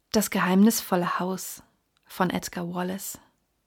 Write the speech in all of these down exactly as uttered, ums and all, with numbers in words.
Das geheimnisvolle Haus von Edgar Wallace.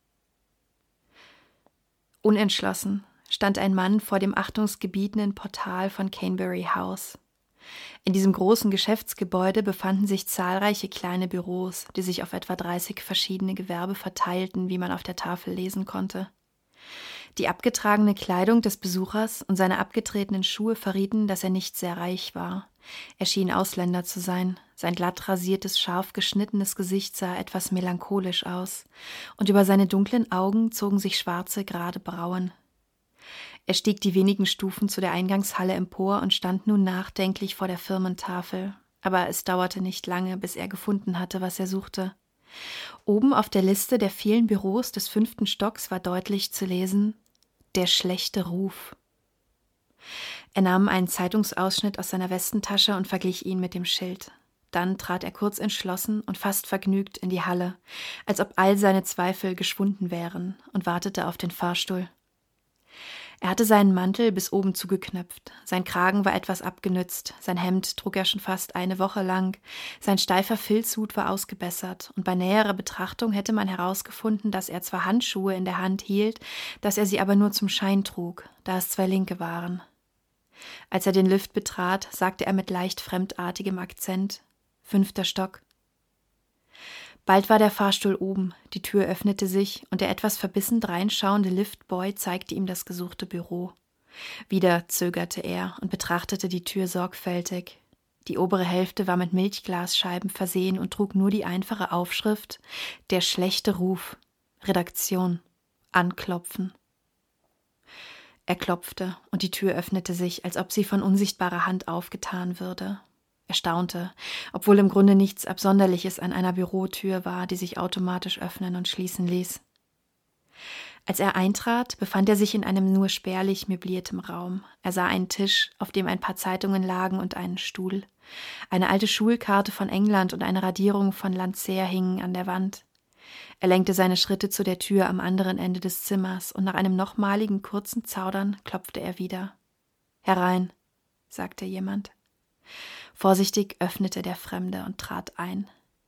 Unentschlossen stand ein Mann vor dem achtungsgebietenden Portal von Canebury House. In diesem großen Geschäftsgebäude befanden sich zahlreiche kleine Büros, die sich auf etwa dreißig verschiedene Gewerbe verteilten, wie man auf der Tafel lesen konnte. Die abgetragene Kleidung des Besuchers und seine abgetretenen Schuhe verrieten, dass er nicht sehr reich war. Er schien Ausländer zu sein. Sein glatt rasiertes, scharf geschnittenes Gesicht sah etwas melancholisch aus, und über seine dunklen Augen zogen sich schwarze, gerade Brauen. Er stieg die wenigen Stufen zu der Eingangshalle empor und stand nun nachdenklich vor der Firmentafel. Aber es dauerte nicht lange, bis er gefunden hatte, was er suchte. Oben auf der Liste der vielen Büros des fünften Stocks war deutlich zu lesen: Der schlechte Ruf. Er nahm einen Zeitungsausschnitt aus seiner Westentasche und verglich ihn mit dem Schild. Dann trat er kurz entschlossen und fast vergnügt in die Halle, als ob all seine Zweifel geschwunden wären, und wartete auf den Fahrstuhl. Er hatte seinen Mantel bis oben zugeknöpft, sein Kragen war etwas abgenützt, sein Hemd trug er schon fast eine Woche lang, sein steifer Filzhut war ausgebessert, und bei näherer Betrachtung hätte man herausgefunden, dass er zwar Handschuhe in der Hand hielt, dass er sie aber nur zum Schein trug, da es zwei linke waren. Als er den Lift betrat, sagte er mit leicht fremdartigem Akzent: Fünfter Stock. Bald war der Fahrstuhl oben, die Tür öffnete sich und der etwas verbissen dreinschauende Liftboy zeigte ihm das gesuchte Büro. Wieder zögerte er und betrachtete die Tür sorgfältig. Die obere Hälfte war mit Milchglasscheiben versehen und trug nur die einfache Aufschrift: Der schlechte Ruf, Redaktion, Anklopfen. Er klopfte und die Tür öffnete sich, als ob sie von unsichtbarer Hand aufgetan würde. Er staunte, obwohl im Grunde nichts Absonderliches an einer Bürotür war, die sich automatisch öffnen und schließen ließ. Als er eintrat, befand er sich in einem nur spärlich möbliertem Raum. Er sah einen Tisch, auf dem ein paar Zeitungen lagen, und einen Stuhl. Eine alte Schulkarte von England und eine Radierung von Landseer hingen an der Wand. Er lenkte seine Schritte zu der Tür am anderen Ende des Zimmers, und nach einem nochmaligen kurzen Zaudern klopfte er wieder. »Herein«, sagte jemand. Vorsichtig öffnete der Fremde und trat ein.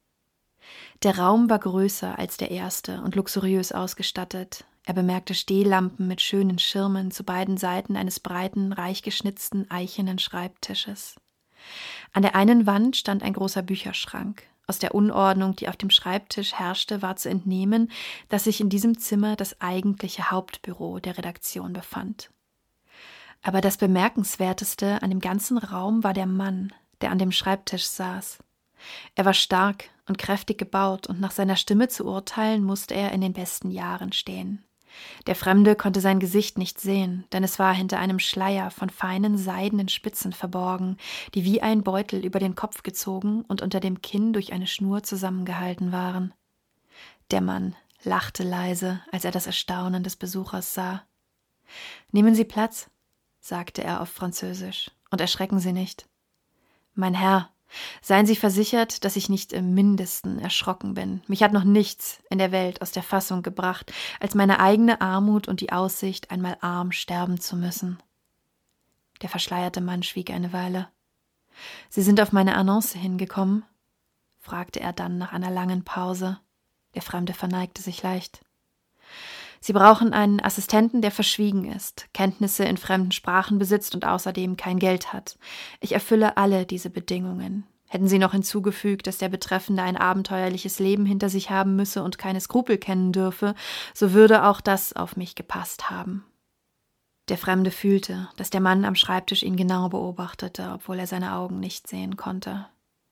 Der Raum war größer als der erste und luxuriös ausgestattet. Er bemerkte Stehlampen mit schönen Schirmen zu beiden Seiten eines breiten, reich geschnitzten, eichenen Schreibtisches. An der einen Wand stand ein großer Bücherschrank. Aus der Unordnung, die auf dem Schreibtisch herrschte, war zu entnehmen, dass sich in diesem Zimmer das eigentliche Hauptbüro der Redaktion befand. Aber das Bemerkenswerteste an dem ganzen Raum war der Mann, der an dem Schreibtisch saß. Er war stark und kräftig gebaut, und nach seiner Stimme zu urteilen, musste er in den besten Jahren stehen. Der Fremde konnte sein Gesicht nicht sehen, denn es war hinter einem Schleier von feinen seidenen Spitzen verborgen, die wie ein Beutel über den Kopf gezogen und unter dem Kinn durch eine Schnur zusammengehalten waren. Der Mann lachte leise, als er das Erstaunen des Besuchers sah. »Nehmen Sie Platz«, sagte er auf Französisch, »und erschrecken Sie nicht.« »Mein Herr, seien Sie versichert, dass ich nicht im Mindesten erschrocken bin. Mich hat noch nichts in der Welt aus der Fassung gebracht, als meine eigene Armut und die Aussicht, einmal arm sterben zu müssen.« Der verschleierte Mann schwieg eine Weile. »Sie sind auf meine Annonce hingekommen?« fragte er dann nach einer langen Pause. Der Fremde verneigte sich leicht. »Sie brauchen einen Assistenten, der verschwiegen ist, Kenntnisse in fremden Sprachen besitzt und außerdem kein Geld hat. Ich erfülle alle diese Bedingungen. Hätten Sie noch hinzugefügt, dass der Betreffende ein abenteuerliches Leben hinter sich haben müsse und keine Skrupel kennen dürfe, so würde auch das auf mich gepasst haben.« Der Fremde fühlte, dass der Mann am Schreibtisch ihn genau beobachtete, obwohl er seine Augen nicht sehen konnte.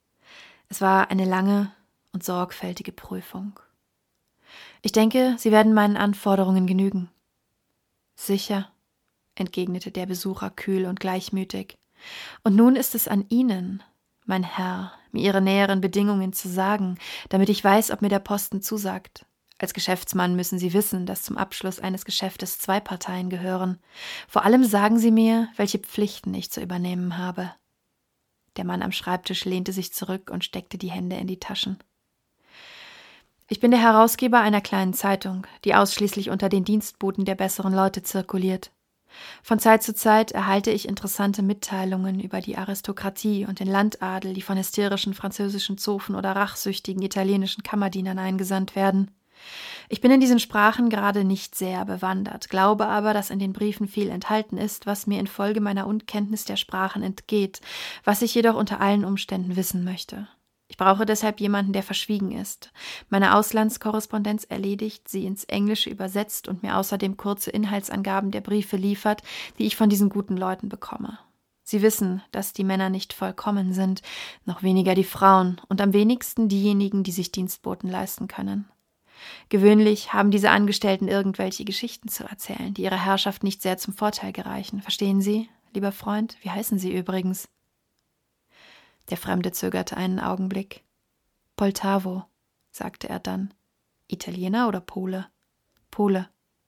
Es war eine lange und sorgfältige Prüfung. »Ich denke, Sie werden meinen Anforderungen genügen.« »Sicher«, entgegnete der Besucher kühl und gleichmütig. »Und nun ist es an Ihnen, mein Herr, mir Ihre näheren Bedingungen zu sagen, damit ich weiß, ob mir der Posten zusagt. Als Geschäftsmann müssen Sie wissen, dass zum Abschluss eines Geschäftes zwei Parteien gehören. Vor allem sagen Sie mir, welche Pflichten ich zu übernehmen habe.« Der Mann am Schreibtisch lehnte sich zurück und steckte die Hände in die Taschen. »Ich bin der Herausgeber einer kleinen Zeitung, die ausschließlich unter den Dienstboten der besseren Leute zirkuliert. Von Zeit zu Zeit erhalte ich interessante Mitteilungen über die Aristokratie und den Landadel, die von hysterischen französischen Zofen oder rachsüchtigen italienischen Kammerdienern eingesandt werden. Ich bin in diesen Sprachen gerade nicht sehr bewandert, glaube aber, dass in den Briefen viel enthalten ist, was mir infolge meiner Unkenntnis der Sprachen entgeht, was ich jedoch unter allen Umständen wissen möchte. Ich brauche deshalb jemanden, der verschwiegen ist, meine Auslandskorrespondenz erledigt, sie ins Englische übersetzt und mir außerdem kurze Inhaltsangaben der Briefe liefert, die ich von diesen guten Leuten bekomme. Sie wissen, dass die Männer nicht vollkommen sind, noch weniger die Frauen und am wenigsten diejenigen, die sich Dienstboten leisten können. Gewöhnlich haben diese Angestellten irgendwelche Geschichten zu erzählen, die ihrer Herrschaft nicht sehr zum Vorteil gereichen. Verstehen Sie, lieber Freund? Wie heißen Sie übrigens? Der Fremde zögerte einen Augenblick. Poltavo, sagte er dann. Italiener oder Pole? Pole.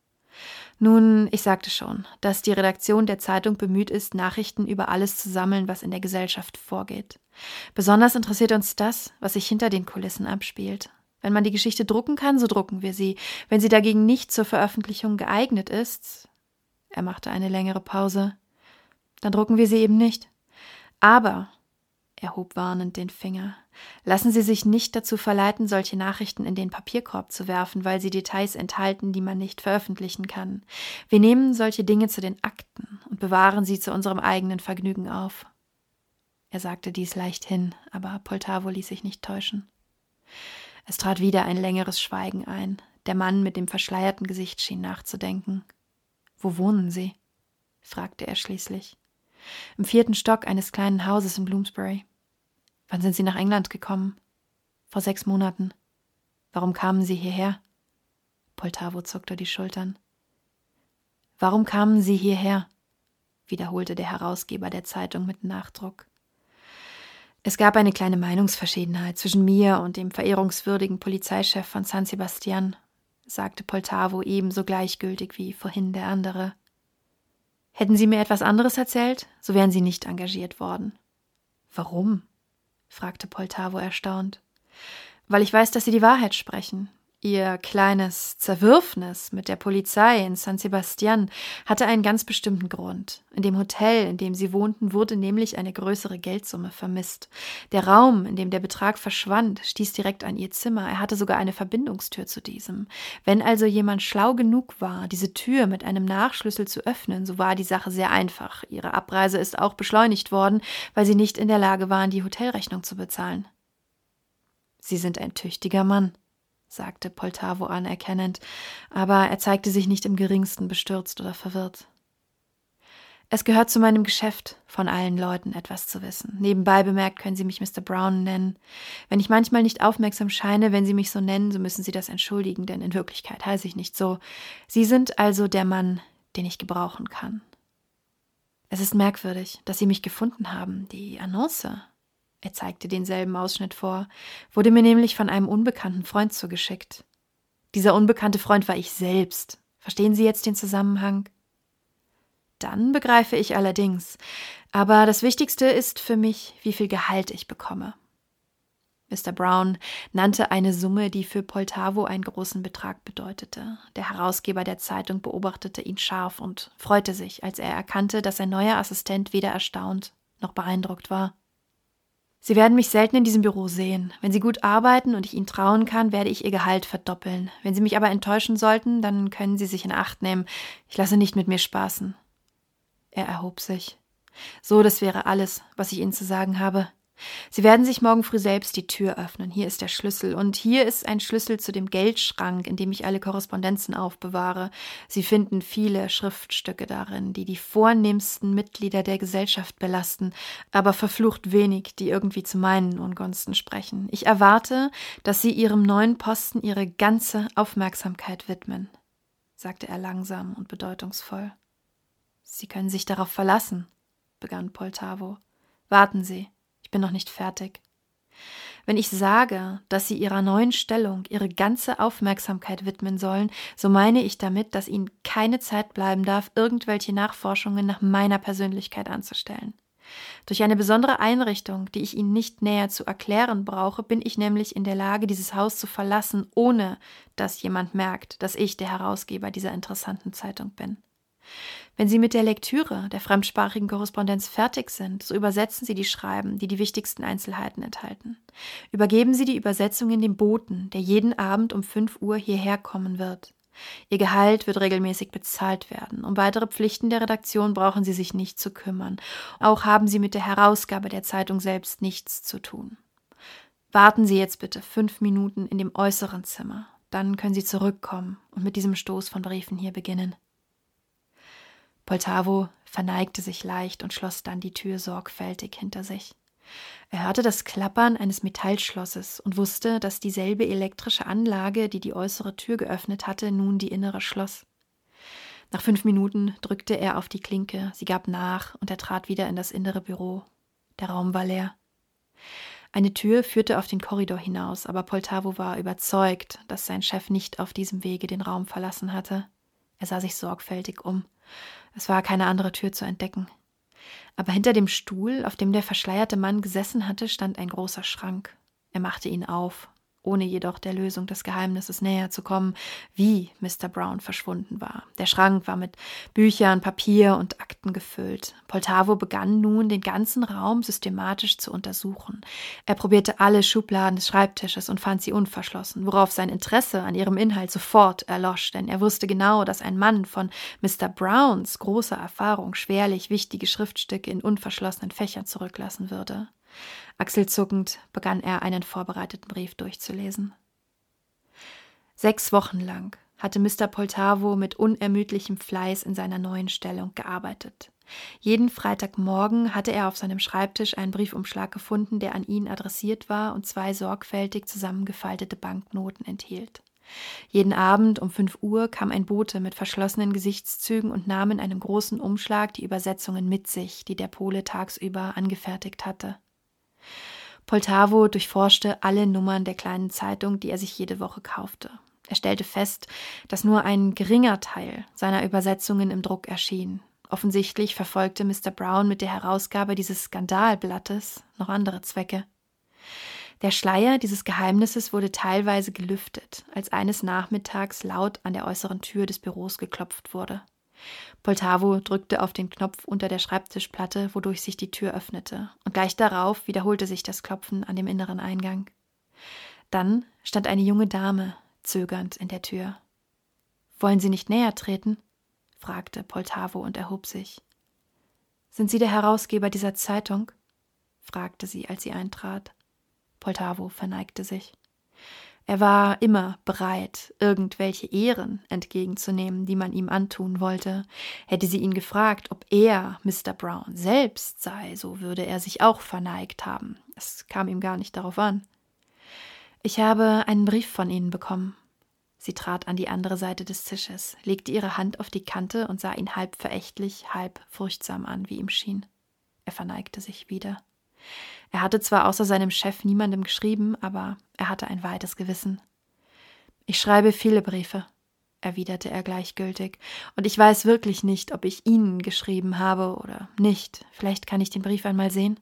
Nun, ich sagte schon, dass die Redaktion der Zeitung bemüht ist, Nachrichten über alles zu sammeln, was in der Gesellschaft vorgeht. Besonders interessiert uns das, was sich hinter den Kulissen abspielt. Wenn man die Geschichte drucken kann, so drucken wir sie. Wenn sie dagegen nicht zur Veröffentlichung geeignet ist, er machte eine längere Pause, dann drucken wir sie eben nicht. Aber, er hob warnend den Finger, lassen Sie sich nicht dazu verleiten, solche Nachrichten in den Papierkorb zu werfen, weil sie Details enthalten, die man nicht veröffentlichen kann. Wir nehmen solche Dinge zu den Akten und bewahren sie zu unserem eigenen Vergnügen auf. Er sagte dies leichthin, aber Poltavo ließ sich nicht täuschen. Es trat wieder ein längeres Schweigen ein. Der Mann mit dem verschleierten Gesicht schien nachzudenken. »Wo wohnen Sie?« fragte er schließlich. »Im vierten Stock eines kleinen Hauses in Bloomsbury.« »Wann sind Sie nach England gekommen?« »Vor sechs Monaten.« »Warum kamen Sie hierher?« Poltavo zuckte die Schultern. »Warum kamen Sie hierher?« wiederholte der Herausgeber der Zeitung mit Nachdruck. Es gab eine kleine Meinungsverschiedenheit zwischen mir und dem verehrungswürdigen Polizeichef von San Sebastian, sagte Poltavo ebenso gleichgültig wie vorhin der andere. Hätten Sie mir etwas anderes erzählt, so wären Sie nicht engagiert worden. Warum? Fragte Poltavo erstaunt. Weil ich weiß, dass Sie die Wahrheit sprechen. Ihr kleines Zerwürfnis mit der Polizei in San Sebastian hatte einen ganz bestimmten Grund. In dem Hotel, in dem Sie wohnten, wurde nämlich eine größere Geldsumme vermisst. Der Raum, in dem der Betrag verschwand, stieß direkt an Ihr Zimmer. Er hatte sogar eine Verbindungstür zu diesem. Wenn also jemand schlau genug war, diese Tür mit einem Nachschlüssel zu öffnen, so war die Sache sehr einfach. Ihre Abreise ist auch beschleunigt worden, weil Sie nicht in der Lage waren, die Hotelrechnung zu bezahlen. Sie sind ein tüchtiger Mann, sagte Poltavo anerkennend, aber er zeigte sich nicht im geringsten bestürzt oder verwirrt. Es gehört zu meinem Geschäft, von allen Leuten etwas zu wissen. Nebenbei bemerkt können Sie mich Mister Brown nennen. Wenn ich manchmal nicht aufmerksam scheine, wenn Sie mich so nennen, so müssen Sie das entschuldigen, denn in Wirklichkeit heiße ich nicht so. Sie sind also der Mann, den ich gebrauchen kann. Es ist merkwürdig, dass Sie mich gefunden haben, die Annonce. Er zeigte denselben Ausschnitt vor, wurde mir nämlich von einem unbekannten Freund zugeschickt. Dieser unbekannte Freund war ich selbst. Verstehen Sie jetzt den Zusammenhang? Dann begreife ich allerdings. Aber das Wichtigste ist für mich, wie viel Gehalt ich bekomme. Mister Brown nannte eine Summe, die für Poltavo einen großen Betrag bedeutete. Der Herausgeber der Zeitung beobachtete ihn scharf und freute sich, als er erkannte, dass sein neuer Assistent weder erstaunt noch beeindruckt war. Sie werden mich selten in diesem Büro sehen. Wenn Sie gut arbeiten und ich Ihnen trauen kann, werde ich Ihr Gehalt verdoppeln. Wenn Sie mich aber enttäuschen sollten, dann können Sie sich in Acht nehmen. Ich lasse nicht mit mir spaßen. Er erhob sich. So, das wäre alles, was ich Ihnen zu sagen habe. Sie werden sich morgen früh selbst die Tür öffnen. Hier ist der Schlüssel. Und hier ist ein Schlüssel zu dem Geldschrank, in dem ich alle Korrespondenzen aufbewahre. Sie finden viele Schriftstücke darin, die die vornehmsten Mitglieder der Gesellschaft belasten, aber verflucht wenig, die irgendwie zu meinen Ungunsten sprechen. Ich erwarte, dass Sie Ihrem neuen Posten Ihre ganze Aufmerksamkeit widmen, sagte er langsam und bedeutungsvoll. Sie können sich darauf verlassen, begann Poltavo. Warten Sie. Ich bin noch nicht fertig. Wenn ich sage, dass Sie Ihrer neuen Stellung Ihre ganze Aufmerksamkeit widmen sollen, so meine ich damit, dass Ihnen keine Zeit bleiben darf, irgendwelche Nachforschungen nach meiner Persönlichkeit anzustellen. Durch eine besondere Einrichtung, die ich Ihnen nicht näher zu erklären brauche, bin ich nämlich in der Lage, dieses Haus zu verlassen, ohne dass jemand merkt, dass ich der Herausgeber dieser interessanten Zeitung bin. Wenn Sie mit der Lektüre der fremdsprachigen Korrespondenz fertig sind, so übersetzen Sie die Schreiben, die die wichtigsten Einzelheiten enthalten. Übergeben Sie die Übersetzungen dem Boten, der jeden Abend um fünf Uhr hierher kommen wird. Ihr Gehalt wird regelmäßig bezahlt werden. Um weitere Pflichten der Redaktion brauchen Sie sich nicht zu kümmern. Auch haben Sie mit der Herausgabe der Zeitung selbst nichts zu tun. Warten Sie jetzt bitte fünf Minuten in dem äußeren Zimmer. Dann können Sie zurückkommen und mit diesem Stoß von Briefen hier beginnen. Poltavo verneigte sich leicht und schloss dann die Tür sorgfältig hinter sich. Er hörte das Klappern eines Metallschlosses und wusste, dass dieselbe elektrische Anlage, die die äußere Tür geöffnet hatte, nun die innere schloss. Nach fünf Minuten drückte er auf die Klinke, sie gab nach und er trat wieder in das innere Büro. Der Raum war leer. Eine Tür führte auf den Korridor hinaus, aber Poltavo war überzeugt, dass sein Chef nicht auf diesem Wege den Raum verlassen hatte. Er sah sich sorgfältig um. Es war keine andere Tür zu entdecken. Aber hinter dem Stuhl, auf dem der verschleierte Mann gesessen hatte, stand ein großer Schrank. Er machte ihn auf, ohne jedoch der Lösung des Geheimnisses näher zu kommen, wie Mister Brown verschwunden war. Der Schrank war mit Büchern, Papier und Akten gefüllt. Poltavo begann nun, den ganzen Raum systematisch zu untersuchen. Er probierte alle Schubladen des Schreibtisches und fand sie unverschlossen, worauf sein Interesse an ihrem Inhalt sofort erlosch, denn er wusste genau, dass ein Mann von Mister Browns großer Erfahrung schwerlich wichtige Schriftstücke in unverschlossenen Fächern zurücklassen würde. Achselzuckend begann er, einen vorbereiteten Brief durchzulesen. Sechs Wochen lang hatte Mister Poltavo mit unermüdlichem Fleiß in seiner neuen Stellung gearbeitet. Jeden Freitagmorgen hatte er auf seinem Schreibtisch einen Briefumschlag gefunden, der an ihn adressiert war und zwei sorgfältig zusammengefaltete Banknoten enthielt. Jeden Abend um fünf Uhr kam ein Bote mit verschlossenen Gesichtszügen und nahm in einem großen Umschlag die Übersetzungen mit sich, die der Pole tagsüber angefertigt hatte. Poltavo durchforschte alle Nummern der kleinen Zeitung, die er sich jede Woche kaufte. Er stellte fest, dass nur ein geringer Teil seiner Übersetzungen im Druck erschien. Offensichtlich verfolgte Mister Brown mit der Herausgabe dieses Skandalblattes noch andere Zwecke. Der Schleier dieses Geheimnisses wurde teilweise gelüftet, als eines Nachmittags laut an der äußeren Tür des Büros geklopft wurde. Poltavo drückte auf den Knopf unter der Schreibtischplatte, wodurch sich die Tür öffnete, und gleich darauf wiederholte sich das Klopfen an dem inneren Eingang. Dann stand eine junge Dame zögernd in der Tür. »Wollen Sie nicht näher treten?« fragte Poltavo und erhob sich. »Sind Sie der Herausgeber dieser Zeitung?« fragte sie, als sie eintrat. Poltavo verneigte sich. Er war immer bereit, irgendwelche Ehren entgegenzunehmen, die man ihm antun wollte. Hätte sie ihn gefragt, ob er Mister Brown selbst sei, so würde er sich auch verneigt haben. Es kam ihm gar nicht darauf an. »Ich habe einen Brief von Ihnen bekommen.« Sie trat an die andere Seite des Tisches, legte ihre Hand auf die Kante und sah ihn halb verächtlich, halb furchtsam an, wie ihm schien. Er verneigte sich wieder. Er hatte zwar außer seinem Chef niemandem geschrieben, aber er hatte ein weites Gewissen. »Ich schreibe viele Briefe«, erwiderte er gleichgültig, »und ich weiß wirklich nicht, ob ich Ihnen geschrieben habe oder nicht. Vielleicht kann ich den Brief einmal sehen?«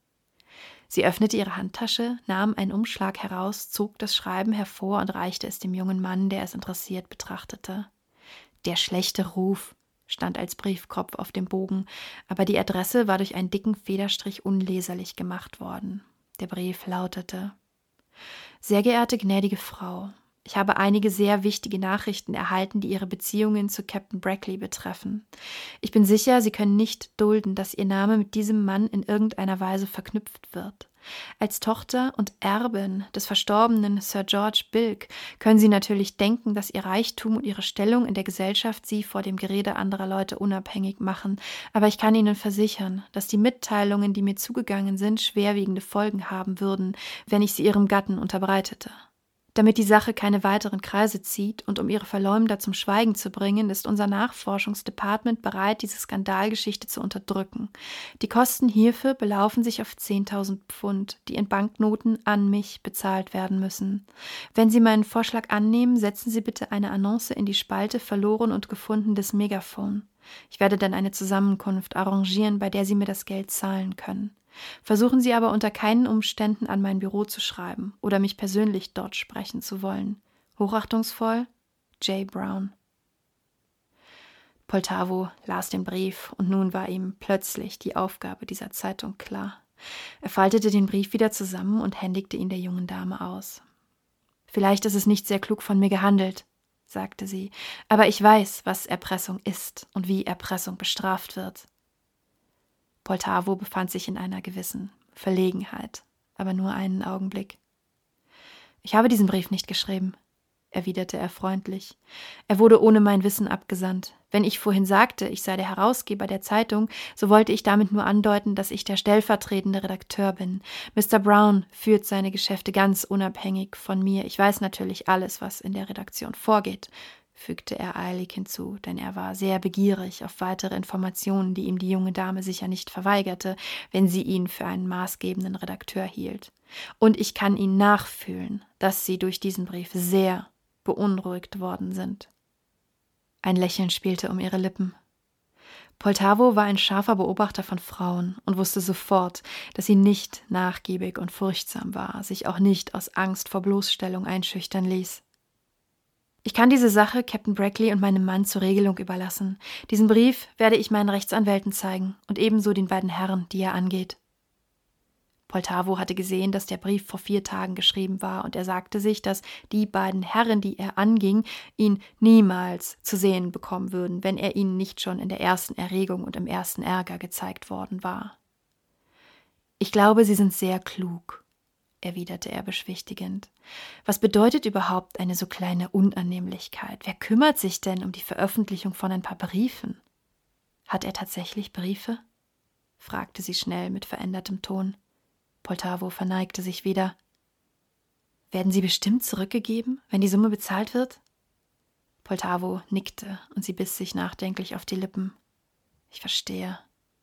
Sie öffnete ihre Handtasche, nahm einen Umschlag heraus, zog das Schreiben hervor und reichte es dem jungen Mann, der es interessiert betrachtete. »Der schlechte Ruf«, stand als Briefkopf auf dem Bogen, aber die Adresse war durch einen dicken Federstrich unleserlich gemacht worden. Der Brief lautete: »Sehr geehrte gnädige Frau, ich habe einige sehr wichtige Nachrichten erhalten, die Ihre Beziehungen zu Captain Brackley betreffen. Ich bin sicher, Sie können nicht dulden, dass Ihr Name mit diesem Mann in irgendeiner Weise verknüpft wird. Als Tochter und Erbin des verstorbenen Sir George Bilk können Sie natürlich denken, dass Ihr Reichtum und Ihre Stellung in der Gesellschaft Sie vor dem Gerede anderer Leute unabhängig machen, aber ich kann Ihnen versichern, dass die Mitteilungen, die mir zugegangen sind, schwerwiegende Folgen haben würden, wenn ich sie Ihrem Gatten unterbreitete. Damit die Sache keine weiteren Kreise zieht und um ihre Verleumder zum Schweigen zu bringen, ist unser Nachforschungsdepartement bereit, diese Skandalgeschichte zu unterdrücken. Die Kosten hierfür belaufen sich auf zehntausend Pfund, die in Banknoten an mich bezahlt werden müssen. Wenn Sie meinen Vorschlag annehmen, setzen Sie bitte eine Annonce in die Spalte »Verloren und gefunden« des Megaphon. Ich werde dann eine Zusammenkunft arrangieren, bei der Sie mir das Geld zahlen können. Versuchen Sie aber unter keinen Umständen an mein Büro zu schreiben oder mich persönlich dort sprechen zu wollen. Hochachtungsvoll, J. Brown. Poltavo las den Brief und nun war ihm plötzlich die Aufgabe dieser Zeitung klar. Er faltete den Brief wieder zusammen und händigte ihn der jungen Dame aus. »Vielleicht ist es nicht sehr klug von mir gehandelt«, sagte sie, »aber ich weiß, was Erpressung ist und wie Erpressung bestraft wird.« Poltavo befand sich in einer gewissen Verlegenheit, aber nur einen Augenblick. »Ich habe diesen Brief nicht geschrieben«, erwiderte er freundlich. »Er wurde ohne mein Wissen abgesandt. Wenn ich vorhin sagte, ich sei der Herausgeber der Zeitung, so wollte ich damit nur andeuten, dass ich der stellvertretende Redakteur bin. Mister Brown führt seine Geschäfte ganz unabhängig von mir. Ich weiß natürlich alles, was in der Redaktion vorgeht«, fügte er eilig hinzu, denn er war sehr begierig auf weitere Informationen, die ihm die junge Dame sicher nicht verweigerte, wenn sie ihn für einen maßgebenden Redakteur hielt. »Und ich kann Ihnen nachfühlen, dass Sie durch diesen Brief sehr beunruhigt worden sind.« Ein Lächeln spielte um ihre Lippen. Poltavo war ein scharfer Beobachter von Frauen und wusste sofort, dass sie nicht nachgiebig und furchtsam war, sich auch nicht aus Angst vor Bloßstellung einschüchtern ließ. »Ich kann diese Sache Captain Brackley und meinem Mann zur Regelung überlassen. Diesen Brief werde ich meinen Rechtsanwälten zeigen und ebenso den beiden Herren, die er angeht.« Poltavo hatte gesehen, dass der Brief vor vier Tagen geschrieben war, und er sagte sich, dass die beiden Herren, die er anging, ihn niemals zu sehen bekommen würden, wenn er ihnen nicht schon in der ersten Erregung und im ersten Ärger gezeigt worden war. »Ich glaube, Sie sind sehr klug«, erwiderte er beschwichtigend. »Was bedeutet überhaupt eine so kleine Unannehmlichkeit? Wer kümmert sich denn um die Veröffentlichung von ein paar Briefen?« »Hat er tatsächlich Briefe?« fragte sie schnell mit verändertem Ton. Poltavo verneigte sich wieder. »Werden sie bestimmt zurückgegeben, wenn die Summe bezahlt wird?« Poltavo nickte und sie biss sich nachdenklich auf die Lippen. »Ich verstehe.«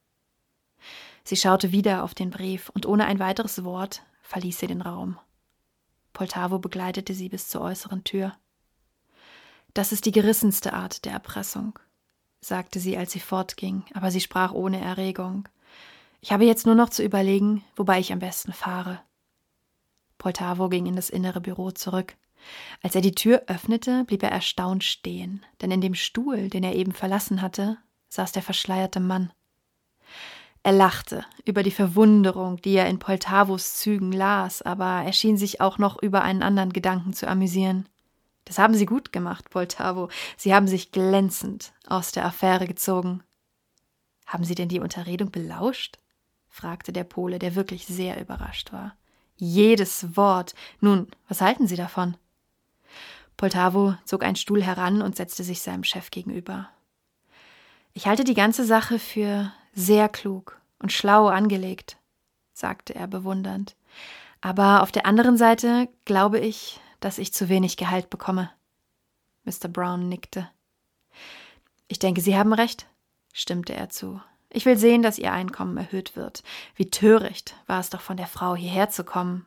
Sie schaute wieder auf den Brief und ohne ein weiteres Wort verließ sie den Raum. Poltavo begleitete sie bis zur äußeren Tür. »Das ist die gerissenste Art der Erpressung«, sagte sie, als sie fortging, aber sie sprach ohne Erregung. »Ich habe jetzt nur noch zu überlegen, wobei ich am besten fahre.« Poltavo ging in das innere Büro zurück. Als er die Tür öffnete, blieb er erstaunt stehen, denn in dem Stuhl, den er eben verlassen hatte, saß der verschleierte Mann. Er lachte über die Verwunderung, die er in Poltavos Zügen las, aber er schien sich auch noch über einen anderen Gedanken zu amüsieren. »Das haben Sie gut gemacht, Poltavo. Sie haben sich glänzend aus der Affäre gezogen.« »Haben Sie denn die Unterredung belauscht?« fragte der Pole, der wirklich sehr überrascht war. »Jedes Wort. Nun, was halten Sie davon?« Poltavo zog einen Stuhl heran und setzte sich seinem Chef gegenüber. »Ich halte die ganze Sache für sehr klug und schlau angelegt«, sagte er bewundernd. »Aber auf der anderen Seite glaube ich, dass ich zu wenig Gehalt bekomme.« Mister Brown nickte. »Ich denke, Sie haben recht«, stimmte er zu. »Ich will sehen, dass Ihr Einkommen erhöht wird. Wie töricht war es doch von der Frau, hierher zu kommen.«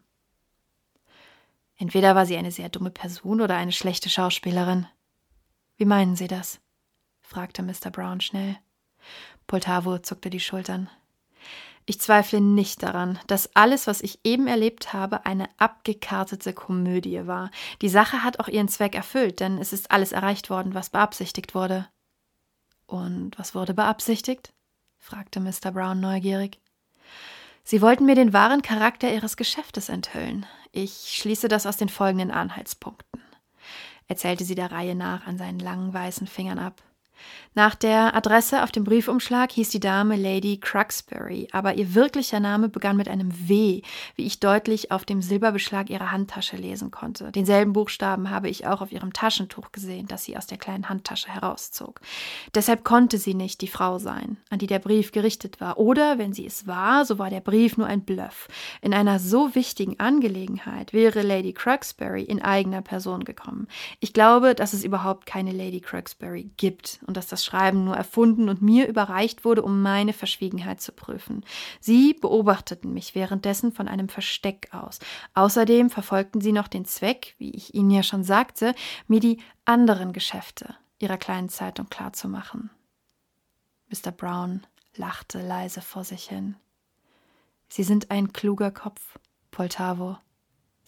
»Entweder war sie eine sehr dumme Person oder eine schlechte Schauspielerin.« »Wie meinen Sie das?« fragte Mister Brown schnell. Poltavo zuckte die Schultern. »Ich zweifle nicht daran, dass alles, was ich eben erlebt habe, eine abgekartete Komödie war. Die Sache hat auch ihren Zweck erfüllt, denn es ist alles erreicht worden, was beabsichtigt wurde.« »Und was wurde beabsichtigt?« fragte Mister Brown neugierig. »Sie wollten mir den wahren Charakter Ihres Geschäftes enthüllen. Ich schließe das aus den folgenden Anhaltspunkten«, erzählte sie der Reihe nach an seinen langen weißen Fingern ab. Nach der Adresse auf dem Briefumschlag hieß die Dame Lady Cruxbury, aber ihr wirklicher Name begann mit einem W, wie ich deutlich auf dem Silberbeschlag ihrer Handtasche lesen konnte. Denselben Buchstaben habe ich auch auf ihrem Taschentuch gesehen, das sie aus der kleinen Handtasche herauszog. Deshalb konnte sie nicht die Frau sein, an die der Brief gerichtet war. Oder, wenn sie es war, so war der Brief nur ein Bluff. In einer so wichtigen Angelegenheit wäre Lady Cruxbury in eigener Person gekommen. Ich glaube, dass es überhaupt keine Lady Cruxbury gibt und dass das Schreiben nur erfunden und mir überreicht wurde, um meine Verschwiegenheit zu prüfen. Sie beobachteten mich währenddessen von einem Versteck aus. Außerdem verfolgten sie noch den Zweck, wie ich Ihnen ja schon sagte, mir die anderen Geschäfte Ihrer kleinen Zeitung klarzumachen. Mister Brown lachte leise vor sich hin. »Sie sind ein kluger Kopf, Poltavo«,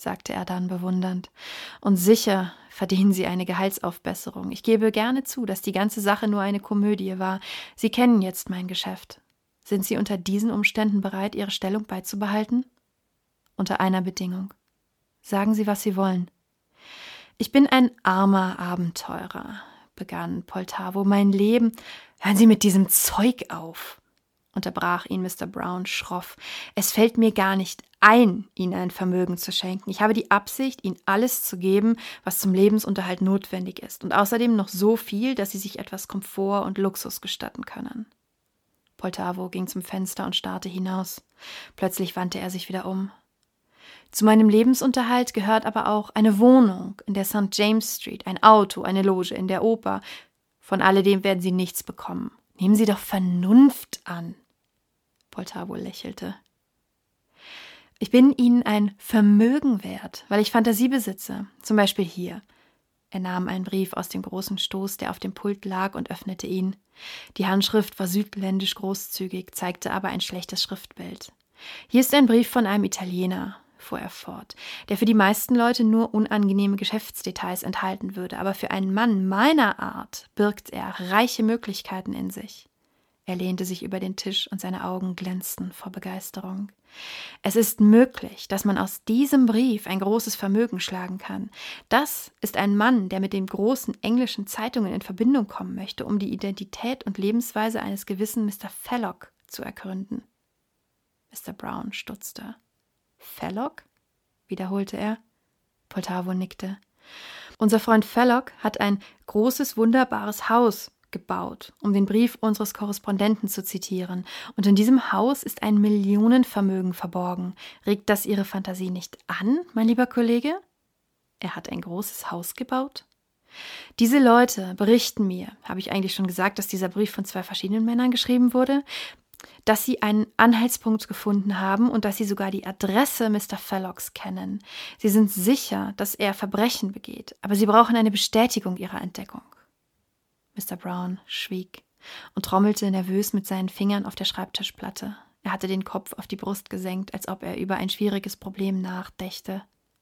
sagte er dann bewundernd. Und sicher verdienen Sie eine Gehaltsaufbesserung. Ich gebe gerne zu, dass die ganze Sache nur eine Komödie war. Sie kennen jetzt mein Geschäft. Sind Sie unter diesen Umständen bereit, Ihre Stellung beizubehalten? Unter einer Bedingung. Sagen Sie, was Sie wollen. Ich bin ein armer Abenteurer, begann Poltavo. Mein Leben... Hören Sie mit diesem Zeug auf, unterbrach ihn Mister Brown schroff. Es fällt mir gar nicht ein, Ihnen ein Vermögen zu schenken. Ich habe die Absicht, Ihnen alles zu geben, was zum Lebensunterhalt notwendig ist. Und außerdem noch so viel, dass Sie sich etwas Komfort und Luxus gestatten können. Poltavo ging zum Fenster und starrte hinaus. Plötzlich wandte er sich wieder um. Zu meinem Lebensunterhalt gehört aber auch eine Wohnung in der Sankt James Street, ein Auto, eine Loge in der Oper. Von alledem werden Sie nichts bekommen. Nehmen Sie doch Vernunft an. Poltavo lächelte. Ich bin Ihnen ein Vermögen wert, weil ich Fantasie besitze. Zum Beispiel hier. Er nahm einen Brief aus dem großen Stoß, der auf dem Pult lag, und öffnete ihn. Die Handschrift war südländisch großzügig, zeigte aber ein schlechtes Schriftbild. Hier ist ein Brief von einem Italiener, fuhr er fort, der für die meisten Leute nur unangenehme Geschäftsdetails enthalten würde, aber für einen Mann meiner Art birgt er reiche Möglichkeiten in sich. Er lehnte sich über den Tisch und seine Augen glänzten vor Begeisterung. Es ist möglich, dass man aus diesem Brief ein großes Vermögen schlagen kann. Das ist ein Mann, der mit den großen englischen Zeitungen in Verbindung kommen möchte, um die Identität und Lebensweise eines gewissen Mister Fellock zu ergründen. Mister Brown stutzte. Fellock? Wiederholte er. Poltavo nickte. Unser Freund Fellock hat ein großes, wunderbares Haus gebaut, um den Brief unseres Korrespondenten zu zitieren. Und in diesem Haus ist ein Millionenvermögen verborgen. Regt das Ihre Fantasie nicht an, mein lieber Kollege? Er hat ein großes Haus gebaut? Diese Leute berichten mir, habe ich eigentlich schon gesagt, dass dieser Brief von zwei verschiedenen Männern geschrieben wurde, dass sie einen Anhaltspunkt gefunden haben und dass sie sogar die Adresse Mister Fellocks kennen. Sie sind sicher, dass er Verbrechen begeht, aber sie brauchen eine Bestätigung ihrer Entdeckung. Mister Brown schwieg und trommelte nervös mit seinen Fingern auf der Schreibtischplatte. Er hatte den Kopf auf die Brust gesenkt, als ob er über ein schwieriges Problem nachdächte.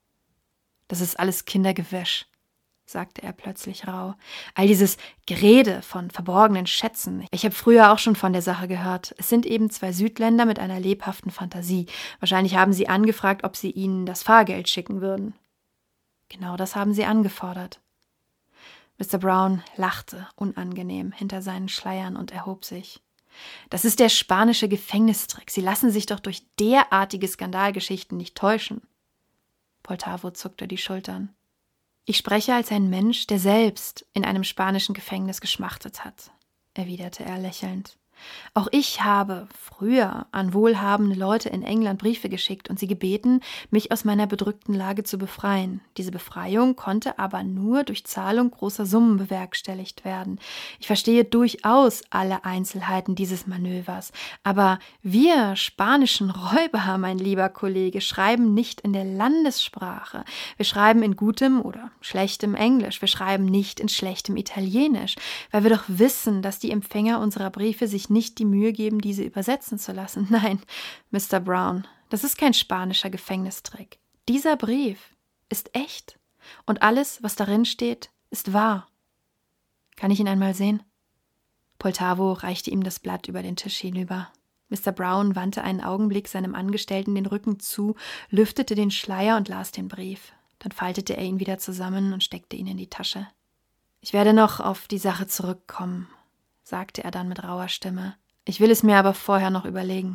»Das ist alles Kindergewäsch«, sagte er plötzlich rau. »All dieses Gerede von verborgenen Schätzen. Ich habe früher auch schon von der Sache gehört. Es sind eben zwei Südländer mit einer lebhaften Fantasie. Wahrscheinlich haben sie angefragt, ob sie ihnen das Fahrgeld schicken würden.« »Genau das haben sie angefordert.« Mister Brown lachte unangenehm hinter seinen Schleiern und erhob sich. »Das ist der spanische Gefängnistrick. Sie lassen sich doch durch derartige Skandalgeschichten nicht täuschen.« Poltavo zuckte die Schultern. »Ich spreche als ein Mensch, der selbst in einem spanischen Gefängnis geschmachtet hat«, erwiderte er lächelnd. »Auch ich habe früher an wohlhabende Leute in England Briefe geschickt und sie gebeten, mich aus meiner bedrückten Lage zu befreien. Diese Befreiung konnte aber nur durch Zahlung großer Summen bewerkstelligt werden. Ich verstehe durchaus alle Einzelheiten dieses Manövers, aber wir spanischen Räuber, mein lieber Kollege, schreiben nicht in der Landessprache. Wir schreiben in gutem oder schlechtem Englisch, wir schreiben nicht in schlechtem Italienisch, weil wir doch wissen, dass die Empfänger unserer Briefe sich nicht die Mühe geben, diese übersetzen zu lassen. Nein, Mister Brown, das ist kein spanischer Gefängnistrick. Dieser Brief ist echt und alles, was darin steht, ist wahr. Kann ich ihn einmal sehen?« Poltavo reichte ihm das Blatt über den Tisch hinüber. Mister Brown wandte einen Augenblick seinem Angestellten den Rücken zu, lüftete den Schleier und las den Brief. Dann faltete er ihn wieder zusammen und steckte ihn in die Tasche. »Ich werde noch auf die Sache zurückkommen«, sagte er dann mit rauer Stimme. »Ich will es mir aber vorher noch überlegen.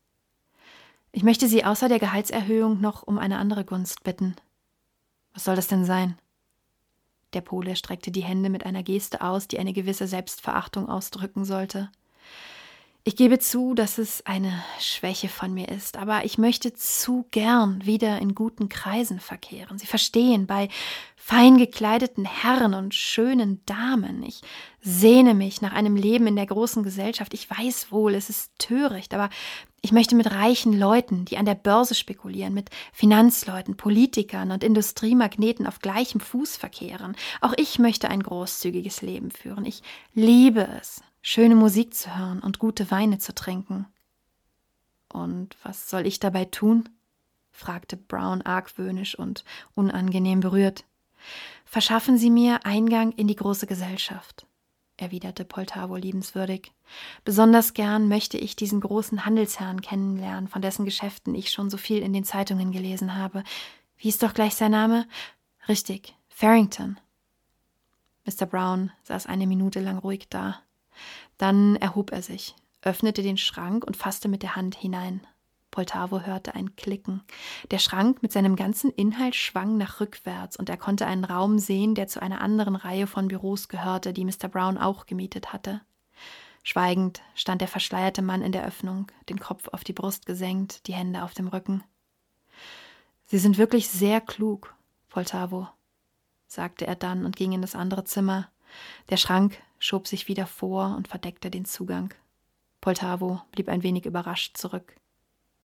Ich möchte Sie außer der Gehaltserhöhung noch um eine andere Gunst bitten.« »Was soll das denn sein?« Der Pole streckte die Hände mit einer Geste aus, die eine gewisse Selbstverachtung ausdrücken sollte. »Ich gebe zu, dass es eine Schwäche von mir ist, aber ich möchte zu gern wieder in guten Kreisen verkehren. Sie verstehen, bei fein gekleideten Herren und schönen Damen. Ich sehne mich nach einem Leben in der großen Gesellschaft. Ich weiß wohl, es ist töricht, aber ich möchte mit reichen Leuten, die an der Börse spekulieren, mit Finanzleuten, Politikern und Industriemagneten auf gleichem Fuß verkehren. Auch ich möchte ein großzügiges Leben führen. Ich liebe es, schöne Musik zu hören und gute Weine zu trinken.« »Und was soll ich dabei tun?« fragte Brown argwöhnisch und unangenehm berührt. »Verschaffen Sie mir Eingang in die große Gesellschaft«, erwiderte Poltavo liebenswürdig. »Besonders gern möchte ich diesen großen Handelsherrn kennenlernen, von dessen Geschäften ich schon so viel in den Zeitungen gelesen habe. Wie ist doch gleich sein Name? Richtig, Farrington.« Mister Brown saß eine Minute lang ruhig da. Dann erhob er sich, öffnete den Schrank und fasste mit der Hand hinein. Poltavo hörte ein Klicken. Der Schrank mit seinem ganzen Inhalt schwang nach rückwärts und er konnte einen Raum sehen, der zu einer anderen Reihe von Büros gehörte, die Mister Brown auch gemietet hatte. Schweigend stand der verschleierte Mann in der Öffnung, den Kopf auf die Brust gesenkt, die Hände auf dem Rücken. »Sie sind wirklich sehr klug, Poltavo«, sagte er dann und ging in das andere Zimmer. Der Schrank schob sich wieder vor und verdeckte den Zugang. Poltavo blieb ein wenig überrascht zurück.